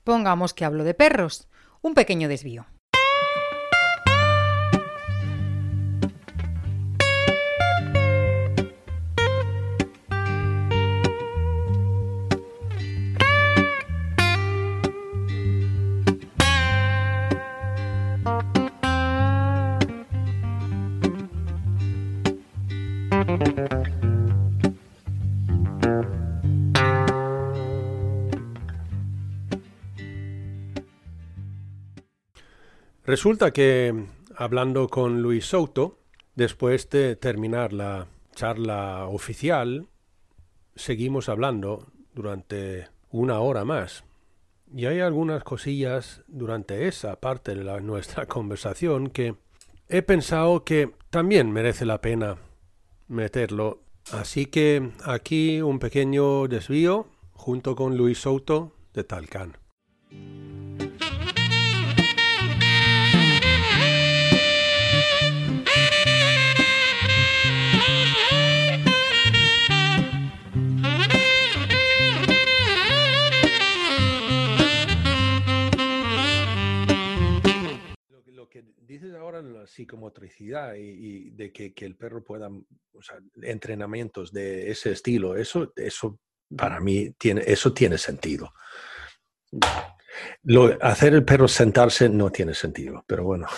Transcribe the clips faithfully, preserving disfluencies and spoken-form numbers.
Pongamos que hablo de perros. Un pequeño desvío. Resulta que, hablando con Luis Souto, después de terminar la charla oficial, seguimos hablando durante una hora más. Y hay algunas cosillas durante esa parte de la, nuestra conversación que he pensado que también merece la pena meterlo. Así que aquí un pequeño desvío junto con Luis Souto de Talcán. Dices ahora la psicomotricidad y, y de que, que el perro pueda, o sea, entrenamientos de ese estilo, eso, eso para mí tiene, eso tiene sentido. Lo, hacer el perro sentarse no tiene sentido, pero bueno.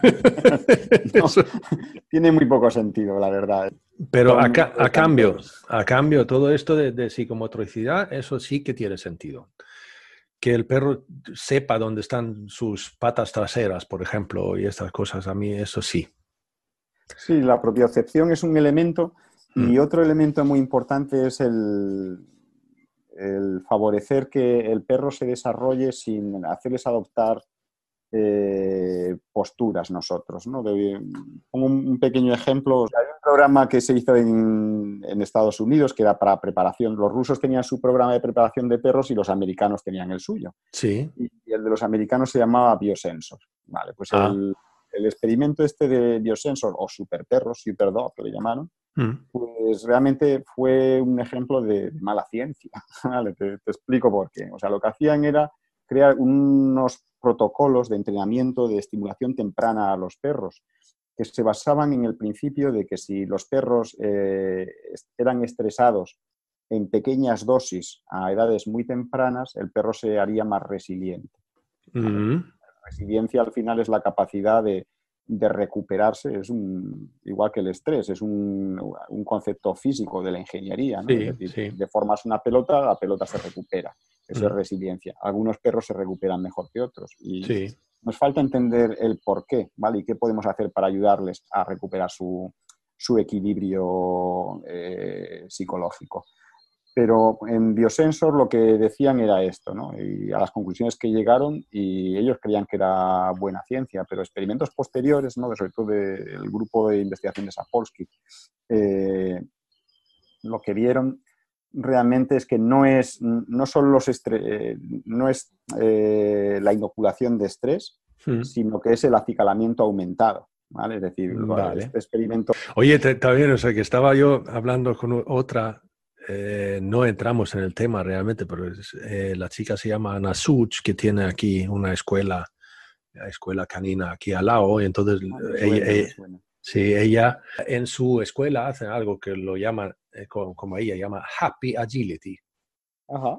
No, tiene muy poco sentido, la verdad. Pero a, ca, a cambio, a cambio, todo esto de, de psicomotricidad, eso sí que tiene sentido. Que el perro sepa dónde están sus patas traseras, por ejemplo, y estas cosas, a mí eso sí. Sí, la propiocepción es un elemento mm. y otro elemento muy importante es el, el favorecer que el perro se desarrolle sin hacerles adoptar eh, posturas nosotros, ¿no? De, pongo un pequeño ejemplo. Hay un programa que se hizo en, en Estados Unidos que era para preparación. Los rusos tenían su programa de preparación de perros y los americanos tenían el suyo. Sí. Y, y el de los americanos se llamaba Biosensor. Vale, pues ah. el, el experimento este de Biosensor, o Superperros, Superdog, que le llamaron, mm. pues realmente fue un ejemplo de mala ciencia. Vale, te, te explico por qué. O sea, lo que hacían era crear unos protocolos de entrenamiento, de estimulación temprana a los perros, que se basaban en el principio de que si los perros eh, eran estresados en pequeñas dosis a edades muy tempranas, el perro se haría más resiliente. Mm-hmm. La resiliencia al final es la capacidad de, de recuperarse, es un, igual que el estrés, es un, un concepto físico de la ingeniería, ¿no? Sí, es decir, sí. deformas una pelota, la pelota se recupera. Eso mm. es resiliencia. Algunos perros se recuperan mejor que otros y sí. nos falta entender el por qué, ¿vale? Y qué podemos hacer para ayudarles a recuperar su, su equilibrio eh, psicológico. Pero en Biosensor lo que decían era esto, ¿no? Y a las conclusiones que llegaron, y ellos creían que era buena ciencia, pero experimentos posteriores, ¿no? Sobre todo del grupo de investigación de Sapolsky, eh, lo que vieron realmente es que no es, no son los estre- no es eh, la inoculación de estrés, hmm. sino que es el acicalamiento aumentado, ¿vale? Es decir, vale. Este experimento... Oye, también, o sea, que estaba yo hablando con otra, eh, no entramos en el tema realmente, pero es, eh, la chica se llama Ana Such, que tiene aquí una escuela, la escuela canina aquí al lado, y entonces ah, ella... suena, ella Sí, ella en su escuela hace algo que lo llaman, eh, como, como ella llama, Happy Agility. Ajá.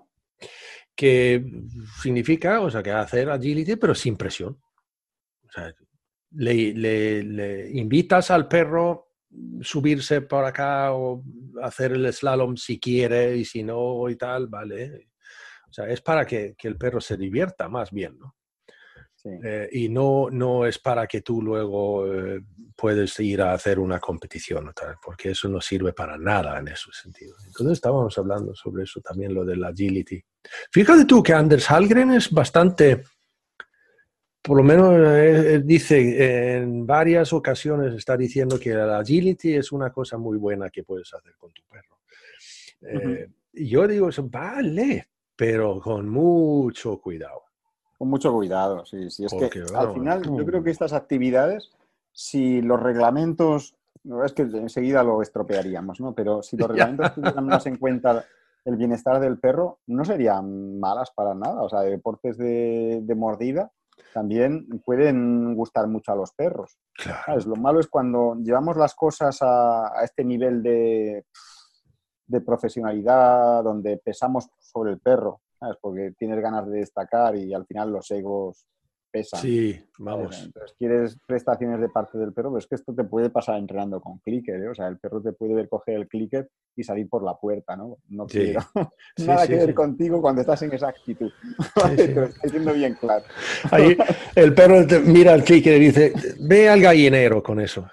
Que significa, o sea, que hacer agility pero sin presión. O sea, le, le, le invitas al perro subirse por acá o hacer el slalom si quiere y si no y tal, vale. O sea, es para que, que el perro se divierta más bien, ¿no? Sí. Eh, y no, no es para que tú luego eh, puedes ir a hacer una competición o tal, porque eso no sirve para nada en ese sentido. Entonces estábamos hablando sobre eso también, lo del agility. Fíjate tú que Anders Hallgren es bastante, por lo menos eh, dice en varias ocasiones, está diciendo que el agility es una cosa muy buena que puedes hacer con tu perro. Eh, uh-huh. Y yo digo, vale, pero con mucho cuidado. Con mucho cuidado, sí. sí. Es Porque, que bueno, al final yo creo que estas actividades, si los reglamentos, no es que enseguida lo estropearíamos, ¿no? Pero si los reglamentos tuvieran más en cuenta el bienestar del perro, no serían malas para nada. O sea, deportes de, de mordida también pueden gustar mucho a los perros. Claro. ¿Sabes? Lo malo es cuando llevamos las cosas a, a este nivel de, de profesionalidad, donde pesamos sobre el perro, ¿sabes? Porque tienes ganas de destacar y al final los egos pesan. Sí, vamos. Entonces quieres prestaciones de parte del perro, pero es que esto te puede pasar entrenando con clicker, ¿eh? O sea, el perro te puede ver coger el clicker y salir por la puerta, ¿no? No Sí. quiero Sí, nada sí, que ver sí. contigo cuando estás en esa actitud. Sí, sí. Te lo estoy diciendo bien claro. Ahí el perro te mira al clicker y dice, ve al gallinero con eso.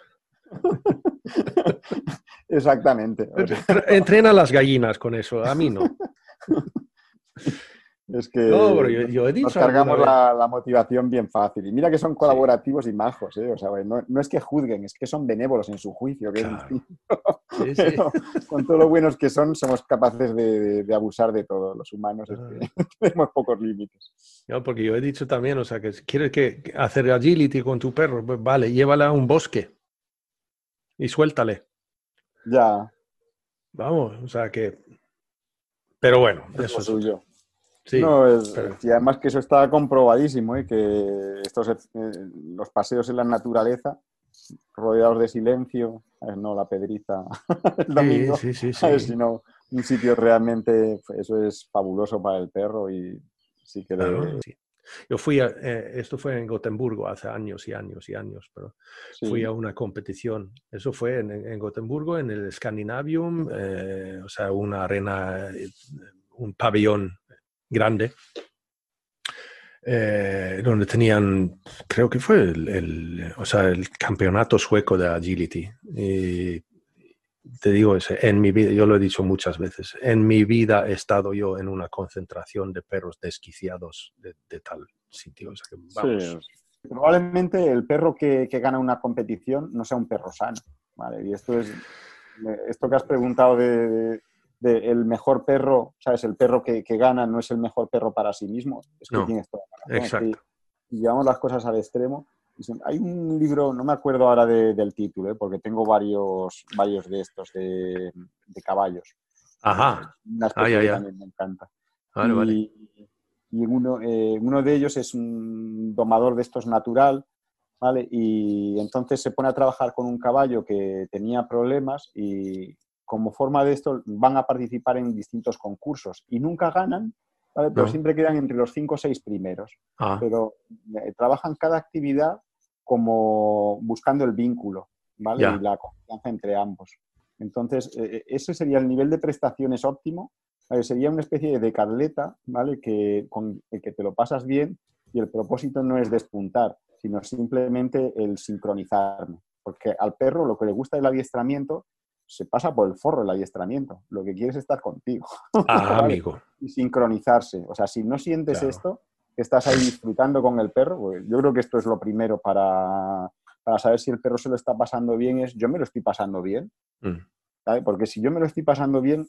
Exactamente. O sea, Entrena las gallinas con eso, a mí no. es que No, pero yo, yo he dicho nos cargamos alguna vez- la, la motivación bien fácil. Y mira que son colaborativos y majos, ¿eh? O sea, no, no es que juzguen, es que son benévolos en su juicio, que Claro. es distinto. Sí, sí. Pero con todo lo buenos que son, somos capaces de, de- de abusar de todo. Los humanos es que tenemos pocos límites. No, porque yo he dicho también, o sea, que si quieres que, que hacer agility con tu perro, pues vale, llévala a un bosque y suéltale. Ya, Vamos, o sea que... Pero bueno, es eso lo es... suyo. Sí, No, es- pero- y además que eso está comprobadísimo, ¿eh? Que estos, eh, los paseos en la naturaleza, rodeados de silencio, ¿sabes? No la pedriza el domingo, sí, sí, sí, ¿sabes? sí. Sino un sitio realmente, eso es fabuloso para el perro y sí que Claro, le... sí. Yo fui a, eh, esto fue en Gotemburgo hace años y años y años, pero sí. fui a una competición. Eso fue en, en Gotemburgo, en el Scandinavium, eh, o sea, una arena, eh, un pabellón grande, eh, donde tenían, creo que fue el, el, o sea, el campeonato sueco de agility. Y te digo, ese, en mi vida, yo lo he dicho muchas veces, en mi vida he estado yo en una concentración de perros desquiciados de, de tal sitio. O sea que, vamos. Sí, probablemente el perro que, que gana una competición no sea un perro sano, ¿vale? Y esto es, esto que has preguntado de, de, de el mejor perro, ¿sabes? El perro que, que gana no es el mejor perro para sí mismo, es que No, tienes toda la razón. exacto. Es que llevamos las cosas al extremo. Hay un libro, no me acuerdo ahora de, del título, ¿eh? Porque tengo varios, varios de estos de, de caballos. Ajá. Una especie Ah, ya, que ya. también me encanta. Vale, y, vale. y uno, eh, uno de ellos es un domador de estos natural, ¿vale? Y entonces se pone a trabajar con un caballo que tenía problemas y como forma de esto van a participar en distintos concursos y nunca ganan, ¿vale? Pero No. siempre quedan entre los cinco o seis primeros. Ah, Pero eh, trabajan cada actividad como buscando el vínculo, ¿vale? Ya. Y la confianza entre ambos. Entonces, eh, ese sería el nivel de prestaciones óptimo. ¿Vale? Sería una especie de carleta, ¿vale? Que, con el que te lo pasas bien y el propósito no es despuntar, sino simplemente el sincronizarme. Porque al perro lo que le gusta del adiestramiento se pasa por el forro el adiestramiento. Lo que quiere es estar contigo. ah ¿Vale? amigo. Y sincronizarse. O sea, si no sientes Claro. esto, que estás ahí disfrutando con el perro, pues yo creo que esto es lo primero para, para saber si el perro se lo está pasando bien, es yo me lo estoy pasando bien. Mm. ¿Sabe? Porque si yo me lo estoy pasando bien,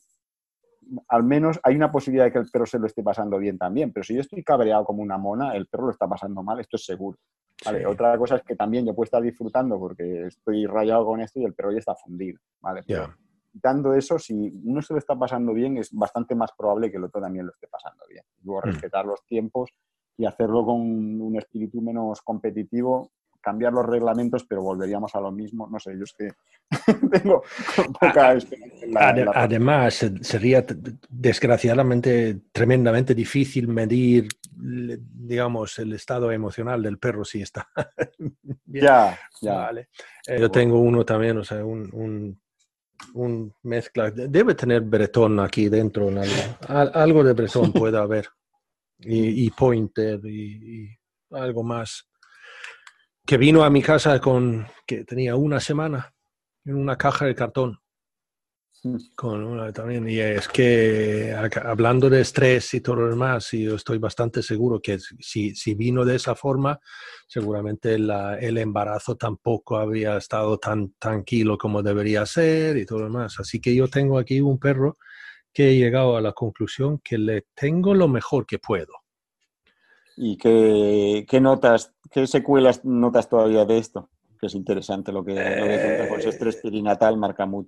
al menos hay una posibilidad de que el perro se lo esté pasando bien también. Pero si yo estoy cabreado como una mona, el perro lo está pasando mal, esto es seguro. ¿Vale? Sí. Otra cosa es que también yo puedo estar disfrutando porque estoy rayado con esto y el perro ya está fundido. ¿Vale? Pero Ya. quitando eso, si uno se lo está pasando bien, es bastante más probable que el otro también lo esté pasando bien. Luego Mm. respetar los tiempos y hacerlo con un espíritu menos competitivo, cambiar los reglamentos, pero volveríamos a lo mismo. No sé, yo es que tengo poca Ah, experiencia en la, Ade- en la- Además, se- sería t- desgraciadamente tremendamente difícil medir, le- digamos, el estado emocional del perro si está bien. Ya, ya. Vale. Eh, yo tengo uno también, o sea, un, un, un mezcla. de- Debe tener bretón aquí dentro, en algo, Al- algo de bretón puede haber. Y, y pointer y, y algo más. Que vino a mi casa con, que tenía una semana en una caja de cartón. Con una también, y es que acá, hablando de estrés y todo lo demás, y yo estoy bastante seguro que si, si vino de esa forma, seguramente la, el embarazo tampoco había estado tan tranquilo como debería ser y todo lo demás. Así que yo tengo aquí un perro que he llegado a la conclusión que le tengo lo mejor que puedo. ¿Y qué, qué notas, qué secuelas notas todavía de esto? Que es interesante lo que, lo que cuentas, porque ese estrés perinatal marca mucho.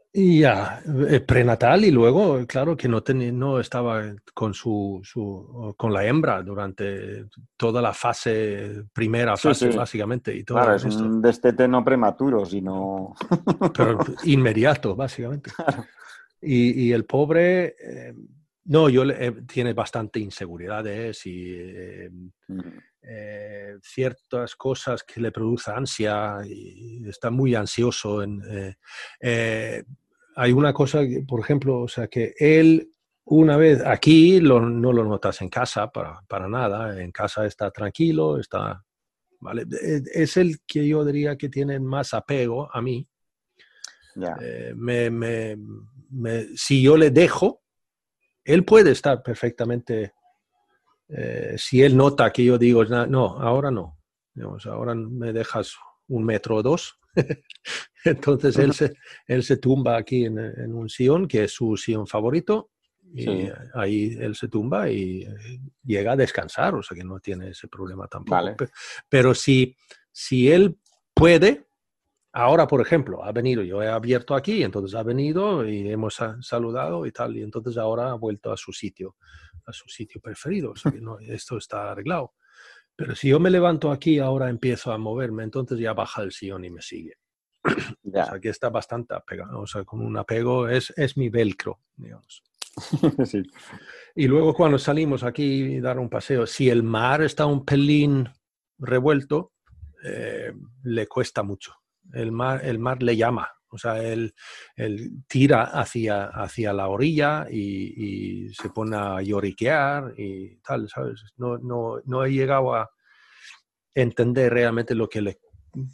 Y ya, eh, prenatal y luego, claro, que no, tenía, no estaba con, su, su, con la hembra durante toda la fase, primera Sí, fase, sí. básicamente, y Claro, todo es esto. un destete no prematuro, sino... Pero inmediato, básicamente. Claro. Y, y el pobre, eh, no, yo le, eh, tiene bastante inseguridades y eh, Mm. eh, ciertas cosas que le produce ansia y está muy ansioso. En, eh, eh, hay una cosa, que, por ejemplo, o sea, que él una vez aquí lo, no lo notas en casa para, para nada, en casa está tranquilo, está, ¿vale? Es el que yo diría que tiene más apego a mí. Ya. Eh, me, me, me, si yo le dejo, él puede estar perfectamente, eh, si él nota que yo digo, no, ahora no, digamos, ahora me dejas un metro o dos, entonces él se, él se tumba aquí en, en, un sillón, que es su sillón favorito, y Sí, ahí él se tumba y eh, llega a descansar, o sea que no tiene ese problema tampoco. vale. Pero, pero si, si él puede, ahora, por ejemplo, ha venido, yo he abierto aquí, entonces ha venido y hemos saludado y tal, y entonces ahora ha vuelto a su sitio, a su sitio preferido, o sea que no, esto está arreglado. Pero si yo me levanto aquí, ahora empiezo a moverme, entonces ya baja el sillón y me sigue. O Ya. sea que está bastante apegado, o sea, con un apego, es, es mi velcro, digamos. Sí. Y luego cuando salimos aquí a dar un paseo, si el mar está un pelín revuelto, eh, le cuesta mucho. El mar, el mar le llama, o sea, él, él tira hacia, hacia la orilla y, y se pone a lloriquear y tal, ¿sabes? No, no, no he llegado a entender realmente lo que le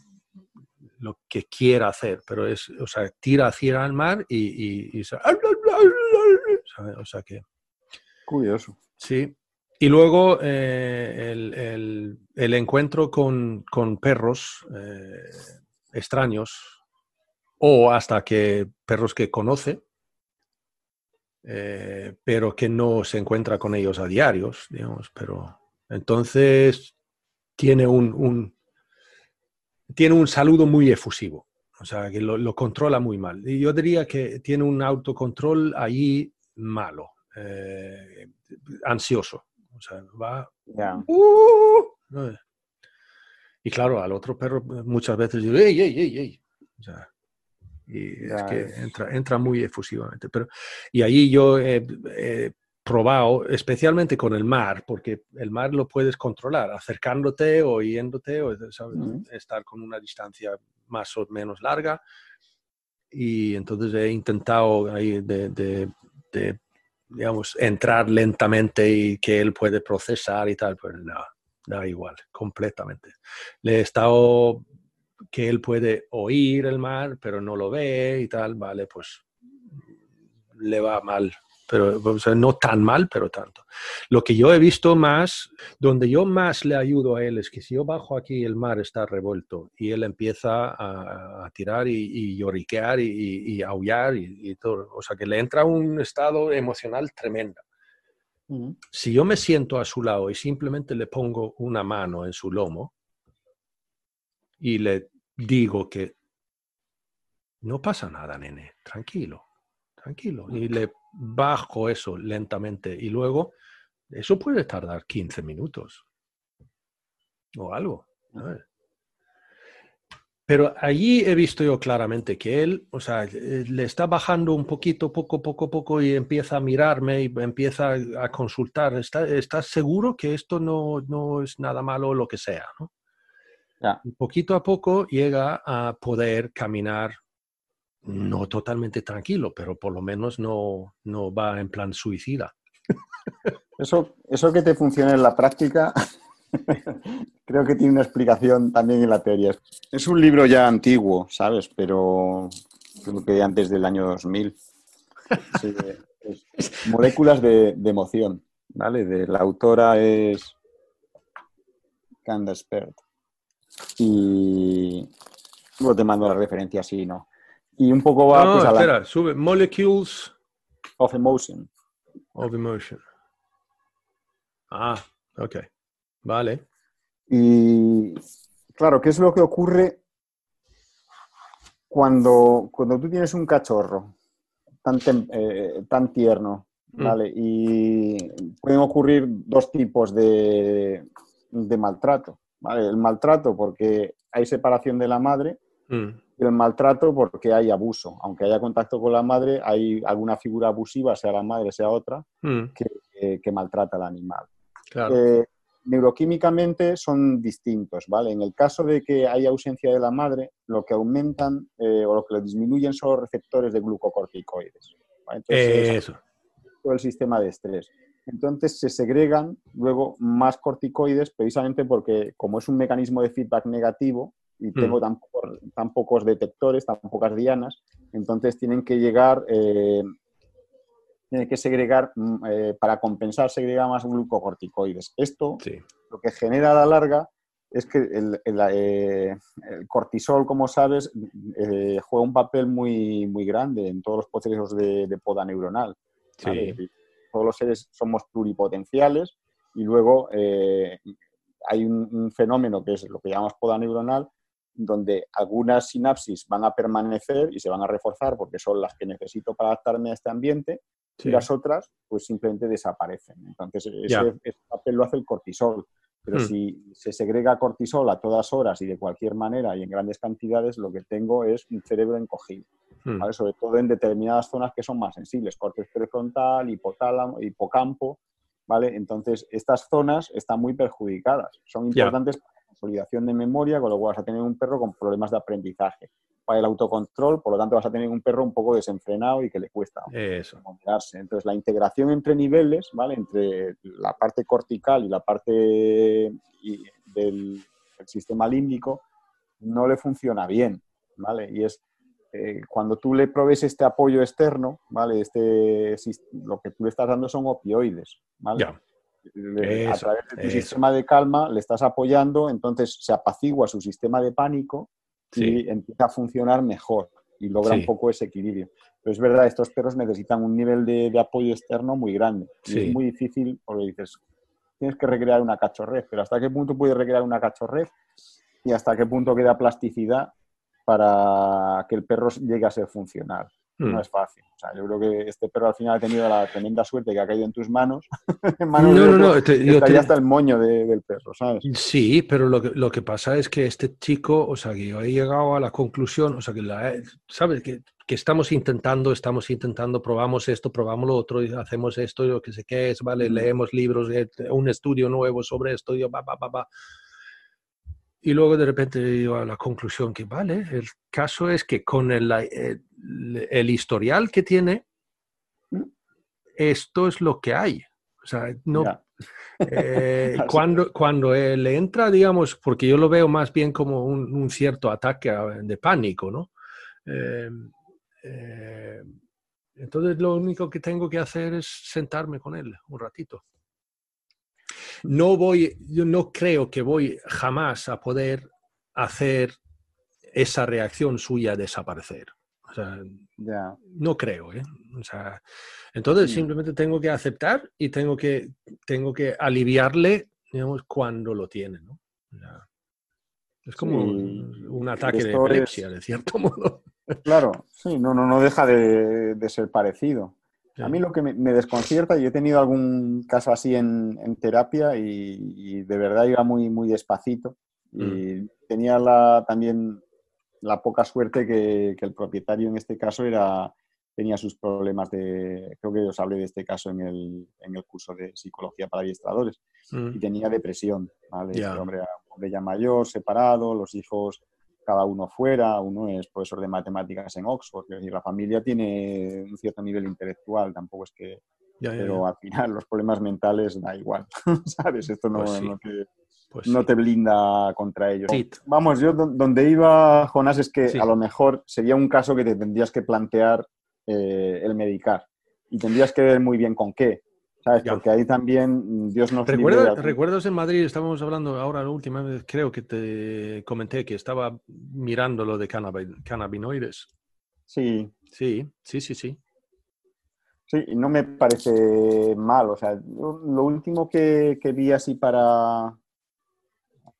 lo que quiera hacer, pero es, o sea, tira hacia el mar y, y, y o sea que Curioso. sí. Y luego eh, el, el, el, encuentro con, con perros eh, extraños o hasta que perros que conoce, eh, pero que no se encuentra con ellos a diarios, digamos, pero entonces tiene un, un, tiene un saludo muy efusivo, o sea, que lo, lo controla muy mal. Y yo diría que tiene un autocontrol allí malo, eh, ansioso. O sea, va... Ya. Uh, ¿no? Y claro, al otro perro muchas veces digo, ¡ey, ey, ey, ey! O sea, y es Ya que es. entra, entra muy efusivamente. Pero, y ahí yo he, he probado, especialmente con el mar, porque el mar lo puedes controlar, acercándote o yéndote, o ¿sabes? Mm. Estar con una distancia más o menos larga. Y entonces he intentado ahí de, de, de digamos, entrar lentamente y que él puede procesar y tal, pues no, da igual, completamente. Le he estado que él puede oír el mar, pero no lo ve y tal, vale, pues le va mal, pero o sea, no tan mal, pero tanto. Lo que yo he visto más, donde yo más le ayudo a él es que si yo bajo aquí el mar está revuelto y él empieza a, a tirar y, y lloriquear y, y, y aullar y, y todo, o sea que le entra un estado emocional tremendo. Mm. Si yo me siento a su lado y simplemente le pongo una mano en su lomo y le digo que no pasa nada, nene, tranquilo, tranquilo, y le bajo eso lentamente y luego eso puede tardar quince minutos o algo, ¿sabes? Pero allí he visto yo claramente que él, o sea, le está bajando un poquito, poco, poco, poco, y empieza a mirarme y empieza a consultar. ¿Estás está seguro que esto no, no es nada malo o lo que sea, ¿no? Ya. Y poquito a poco llega a poder caminar, no totalmente tranquilo, pero por lo menos no, no va en plan suicida. Eso, eso que te funciona en la práctica, creo que tiene una explicación también en la teoría. Es un libro ya antiguo, ¿sabes? Pero creo que antes del año dos mil. Sí, es Moléculas de, de emoción, ¿vale? De, la autora es Candace Pert. Y luego te mando la referencia, sí, ¿no? Y un poco va No, pues a la espera, sube. Molecules of Emotion. of Emotion. Ah, ok. Vale. Y claro, ¿qué es lo que ocurre cuando, cuando tú tienes un cachorro tan, tem, eh, tan tierno, ¿vale? Mm. Y pueden ocurrir dos tipos de, de maltrato, ¿vale? El maltrato porque hay separación de la madre mm. y el maltrato porque hay abuso. Aunque haya contacto con la madre, hay alguna figura abusiva, sea la madre, sea otra, mm. que, eh, que maltrata al animal. Claro. Eh, neuroquímicamente son distintos, ¿vale? En el caso de que haya ausencia de la madre, lo que aumentan eh, o lo que disminuyen son los receptores de glucocorticoides, ¿vale? Entonces, Eso. todo el sistema de estrés. Entonces se segregan luego más corticoides precisamente porque como es un mecanismo de feedback negativo y tengo mm. tan, pocos, tan pocos detectores, tan pocas dianas, entonces tienen que llegar... Eh, tiene que segregar, eh, para compensar, segrega más glucocorticoides. Esto sí. Lo que genera a la larga es que el, el, eh, el cortisol, como sabes, eh, juega un papel muy, muy grande en todos los procesos de, de poda neuronal. ¿Vale? Sí. Todos los seres somos pluripotenciales y luego eh, hay un, un fenómeno que es lo que llamamos poda neuronal, donde algunas sinapsis van a permanecer y se van a reforzar porque son las que necesito para adaptarme a este ambiente. Sí. Y las otras, pues simplemente desaparecen. Entonces, ese, ese papel lo hace el cortisol. Pero hmm. si se segrega cortisol a todas horas y de cualquier manera y en grandes cantidades, lo que tengo es un cerebro encogido. Hmm. ¿Vale? Sobre todo en determinadas zonas que son más sensibles, córtex prefrontal, hipotálamo, hipocampo, ¿vale? Entonces, estas zonas están muy perjudicadas. Son importantes yeah. para la consolidación de memoria, con lo cual vas a tener un perro con problemas de aprendizaje. Para el autocontrol, por lo tanto vas a tener un perro un poco desenfrenado y que le cuesta Eso. moderarse. Entonces la integración entre niveles, ¿vale? Entre la parte cortical y la parte y del, del sistema límbico no le funciona bien, ¿vale? Y es eh, cuando tú le provees este apoyo externo, ¿vale? Este, lo que tú le estás dando son opioides, ¿vale? Ya. Le, Eso, a través de tu eso. sistema de calma le estás apoyando, entonces se apacigua su sistema de pánico y sí. empieza a funcionar mejor y logra sí. un poco ese equilibrio. Pero es verdad, estos perros necesitan un nivel de, de apoyo externo muy grande. Sí. Y es muy difícil porque dices, tienes que recrear una cachorrez, pero ¿hasta qué punto puedes recrear una cachorrez? Y ¿hasta qué punto queda plasticidad para que el perro llegue a ser funcional? Mm. No es fácil. O sea, yo creo que este perro al final ha tenido la tremenda suerte que ha caído en tus manos. en manos no, de no, otro, no. Te, yo estaría te... hasta el moño de, del perro, ¿sabes? Sí, pero lo que, lo que pasa es que este chico, o sea, que yo he llegado a la conclusión, o sea, que, la, ¿sabes? Que, que estamos intentando, estamos intentando, probamos esto, probamos lo otro, y hacemos esto, y lo que sé qué es, ¿vale? Mm. Leemos libros, un estudio nuevo sobre esto, y yo, va, va, va, va. Y luego de repente llego a la conclusión que, vale, el caso es que con el, el, el historial que tiene, esto es lo que hay. O sea, no... Yeah. Eh, cuando cuando eh, le entra, digamos, porque yo lo veo más bien como un, un cierto ataque de pánico, ¿no? Eh, eh, entonces lo único que tengo que hacer es sentarme con él un ratito. No voy, yo no creo que voy jamás a poder hacer esa reacción suya desaparecer. O sea, yeah. no creo, ¿eh? O sea, entonces sí. simplemente tengo que aceptar y tengo que, tengo que aliviarle, digamos, cuando lo tiene, ¿no? O sea, es como sí. un, un ataque de epilepsia, es... de cierto modo. Claro, sí, no, no, no deja de, de ser parecido. Sí. A mí lo que me, me desconcierta, y he tenido algún caso así en, en terapia y, y de verdad iba muy, muy despacito y mm. tenía la, también la poca suerte que, que el propietario en este caso era, tenía sus problemas de, creo que os hablé de este caso en el, en el curso de psicología para adiestradores, mm. y tenía depresión, ¿vale? Yeah. Este hombre era un hombre ya mayor, separado, los hijos cada uno fuera, uno es profesor de matemáticas en Oxford, es decir, la familia tiene un cierto nivel intelectual, tampoco es que... Yeah, yeah, pero yeah. al final los problemas mentales da igual, ¿sabes? Esto no, pues sí. no, te, pues no sí. te blinda contra ellos. Sí. Vamos, yo donde iba, Jonás, es que sí. a lo mejor sería un caso que te tendrías que plantear eh, el medicar y tendrías que ver muy bien con qué. ¿Sabes? Ya. Porque ahí también Dios nos ¿Recuerda, libre de... ¿Recuerdas en Madrid? Estábamos hablando ahora la última vez, creo que te comenté que estaba mirando lo de cannab- cannabinoides. Sí. Sí, sí, sí, sí. Sí, no me parece mal. O sea, lo último que, que vi así para...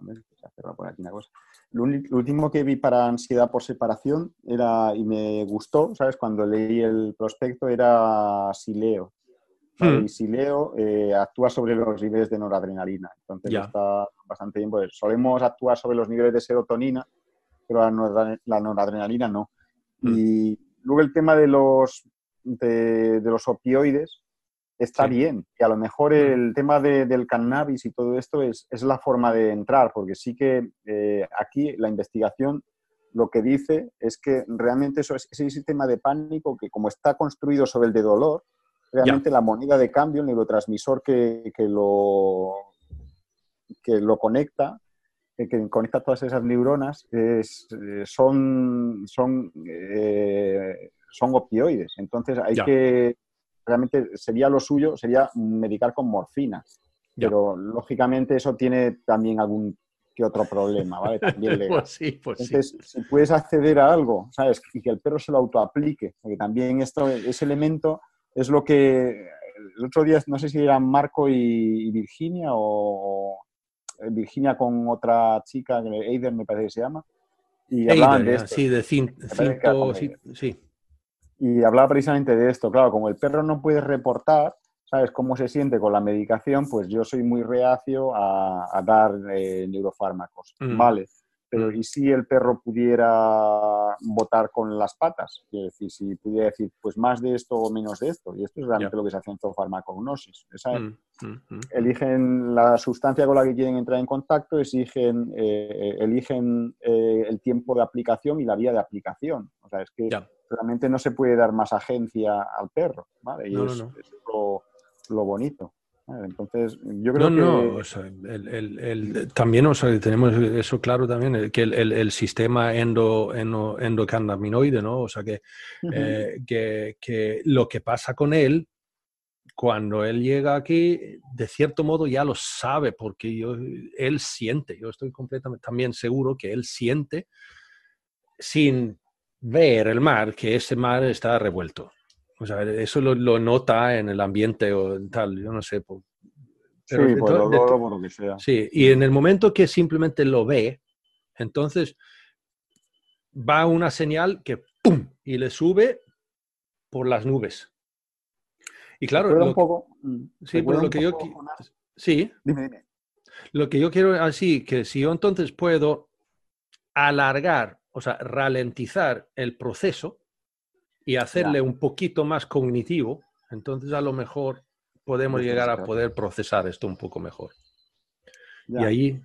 se ha cerrado por aquí una cosa. Lo, lo último que vi para ansiedad por separación era, y me gustó, ¿sabes? Cuando leí el prospecto era Sileo. ¿Vale? Hmm. Y Sileo eh, actúa sobre los niveles de noradrenalina. Entonces yeah. está bastante bien. Pues solemos actuar sobre los niveles de serotonina, pero la, noradrenalina, la noradrenalina no. Hmm. Y luego el tema de los, de, de los opioides está sí. bien. Y a lo mejor el hmm. tema de, del cannabis y todo esto es, es la forma de entrar, porque sí que eh, aquí la investigación lo que dice es que realmente eso es ese sistema de pánico que como está construido sobre el de dolor, realmente yeah. la moneda de cambio, el neurotransmisor que, que, lo, que lo conecta, que conecta todas esas neuronas, es, son, son, eh, son opioides. Entonces hay yeah. que, realmente sería lo suyo, sería medicar con morfina. Yeah. Pero lógicamente eso tiene también algún que otro problema, ¿vale? También legal. Pues sí, pues Entonces, sí. si puedes acceder a algo, ¿sabes? Y que el perro se lo autoaplique, porque también esto, ese elemento es lo que el otro día, no sé si eran Marco y, y Virginia o Virginia con otra chica, Eider me parece que se llama, y hablaban Eider, de esto. Sí, de cinto, sí, sí. Y hablaba precisamente de esto. Claro, como el perro no puede reportar, ¿sabes?, cómo se siente con la medicación, pues yo soy muy reacio a, a dar eh, neurofármacos, mm. ¿vale? Pero ¿y si el perro pudiera votar con las patas? Es decir, si pudiera decir, pues más de esto o menos de esto. Y esto es realmente yeah. lo que se hace en zoofarmacognosis. Esa, mm, mm, mm, eligen la sustancia con la que quieren entrar en contacto, exigen, eh, eligen eh, el tiempo de aplicación y la vía de aplicación. O sea, es que yeah. realmente no se puede dar más agencia al perro, ¿vale? Y no, es, no, no. es lo, lo bonito. Entonces, yo creo no, que... No, o sea, el, el, el, también, o sea, tenemos eso claro también, que el, el, el sistema endo, endo, endocannabinoide, ¿no? O sea, que, uh-huh. eh, que, que lo que pasa con él, cuando él llega aquí, de cierto modo ya lo sabe, porque yo, él siente, yo estoy completamente también seguro que él siente, sin ver el mar, que ese mar está revuelto. O sea, eso lo, lo nota en el ambiente o tal, yo no sé. Por, pero sí, por el olor o por lo que sea. Sí, y en el momento que simplemente lo ve, entonces va una señal que ¡pum! Y le sube por las nubes. Y claro, lo un que, poco, sí, pero lo que yo sí, dime, dime. Lo que yo quiero así, que si yo entonces puedo alargar, o sea, ralentizar el proceso y hacerle ya. un poquito más cognitivo, entonces a lo mejor podemos Después llegar a poder procesar esto un poco mejor. Ya. Y ahí...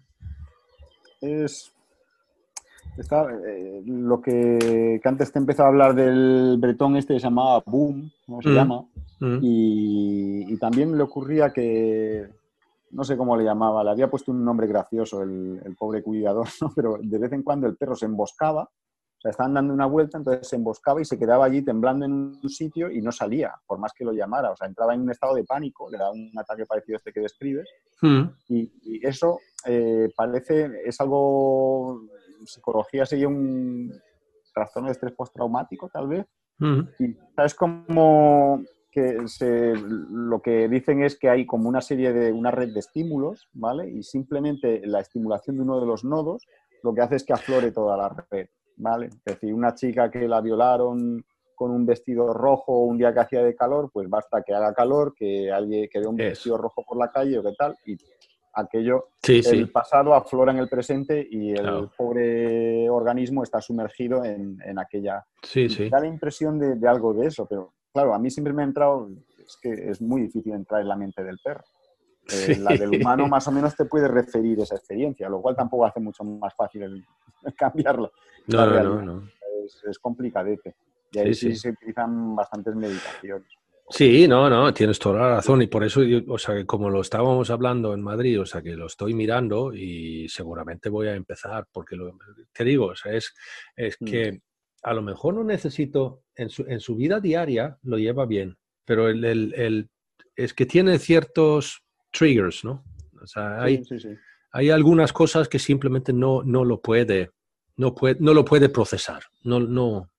Es... Está, eh, lo que, que antes te empezó a hablar del bretón este que se llamaba Boom, ¿cómo se mm. llama? Mm. Y, y también le ocurría que, no sé cómo le llamaba, le había puesto un nombre gracioso el, el pobre cuidador, ¿no? Pero de vez en cuando el perro se emboscaba, o sea, estaban dando una vuelta, entonces se emboscaba y se quedaba allí temblando en un sitio y no salía, por más que lo llamara. O sea, entraba en un estado de pánico, le daba un ataque parecido a este que describes. Mm. Y, y eso eh, parece, es algo, en psicología sería un trastorno de estrés postraumático, tal vez. Mm. Y sabes como que se, lo que dicen es que hay como una serie de, una red de estímulos, ¿vale? Y simplemente la estimulación de uno de los nodos lo que hace es que aflore toda la red. ¿Vale? Es decir, una chica que la violaron con un vestido rojo un día que hacía de calor, pues basta que haga calor, que alguien que vea un Eso. vestido rojo por la calle o qué tal, y aquello, sí, el sí. pasado aflora en el presente y el claro. pobre organismo está sumergido en, en aquella... Sí, sí. Da la impresión de, de algo de eso, pero claro, a mí siempre me ha entrado, es que es muy difícil entrar en la mente del perro. Eh, sí. La del humano más o menos te puede referir esa experiencia, lo cual tampoco hace mucho más fácil el, el cambiarla. No, no, no, no. Es, es complicadete. Y ahí sí, sí, sí se utilizan bastantes medicaciones. Sí, no, no, tienes toda la razón. Y por eso, yo, o sea, como lo estábamos hablando en Madrid, o sea, que lo estoy mirando y seguramente voy a empezar, porque lo, te digo, o sea, es, es mm. que a lo mejor no necesito, en su, en su vida diaria lo lleva bien, pero el, el, el, es que tiene ciertos triggers, ¿no? O sea, hay, sí, sí, sí. hay algunas cosas que simplemente no, no lo puede, no puede, no lo puede procesar, no, no.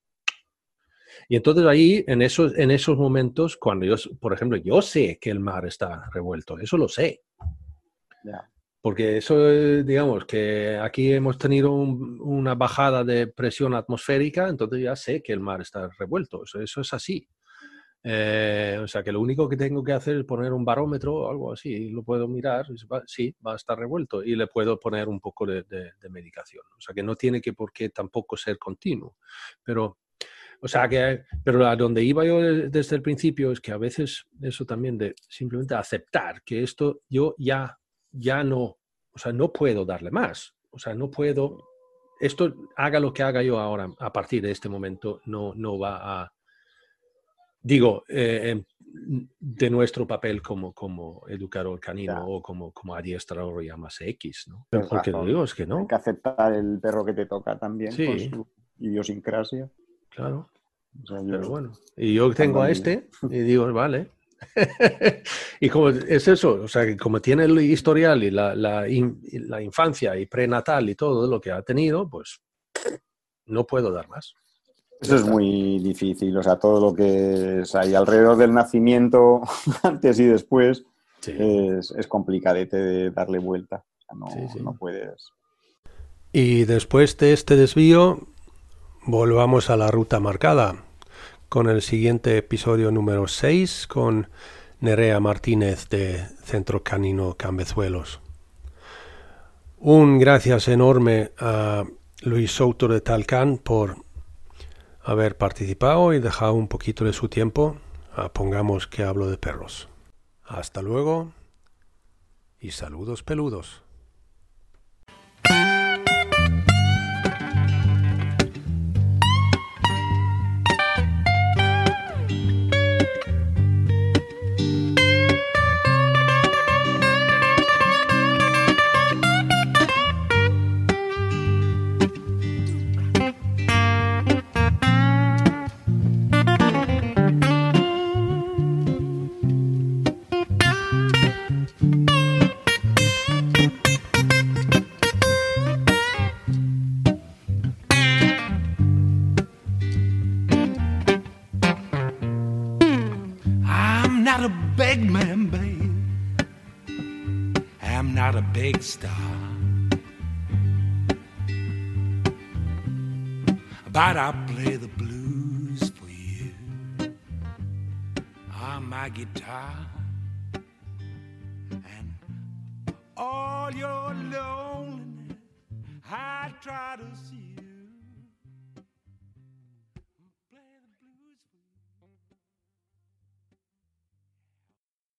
Y entonces ahí, en esos, en esos momentos, cuando yo, por ejemplo, yo sé que el mar está revuelto, eso lo sé. Yeah. Porque eso, eh, digamos, que aquí hemos tenido un, una bajada de presión atmosférica, entonces ya sé que el mar está revuelto. Eso, eso es así. Eh, o sea, que lo único que tengo que hacer es poner un barómetro o algo así, y lo puedo mirar, y va, sí, va a estar revuelto, y le puedo poner un poco de, de, de medicación. O sea, que no tiene que por qué tampoco ser continuo. Pero, o sea, que, pero a donde iba yo desde el principio es que a veces eso también de simplemente aceptar que esto yo ya, ya no, o sea, no puedo darle más. O sea, no puedo, esto haga lo que haga yo ahora, a partir de este momento, no, no va a... Digo, eh, de nuestro papel como, como educador canino Ya. o como, como adiestrador llamas X, ¿no? Tienes Porque razón. digo, es que no. Hay que aceptar el perro que te toca también con Sí, su idiosincrasia. claro. O sea, Pero yo, bueno, y yo tengo cuando a mi- este y digo, vale. Y como es eso, o sea, que como tiene el historial y la, la, in- la infancia y prenatal y todo lo que ha tenido, pues no puedo dar más. Eso es muy difícil, o sea, todo lo que es ahí alrededor del nacimiento, antes y después, Sí, es, es complicadete de darle vuelta. O sea, no, sí, sí. no puedes. Y después de este desvío, volvamos a la ruta marcada, con el siguiente episodio número seis, con Nerea Martínez de Centro Canino Cambezuelos. Un gracias enorme a Luis Souto de Talcán por haber participado y dejado un poquito de su tiempo a Pongamos que hablo de perros. Hasta luego y saludos peludos. I'm not a big man, babe. I'm not a big star. But I play the blues for you on my guitar. And all your loneliness, I try to see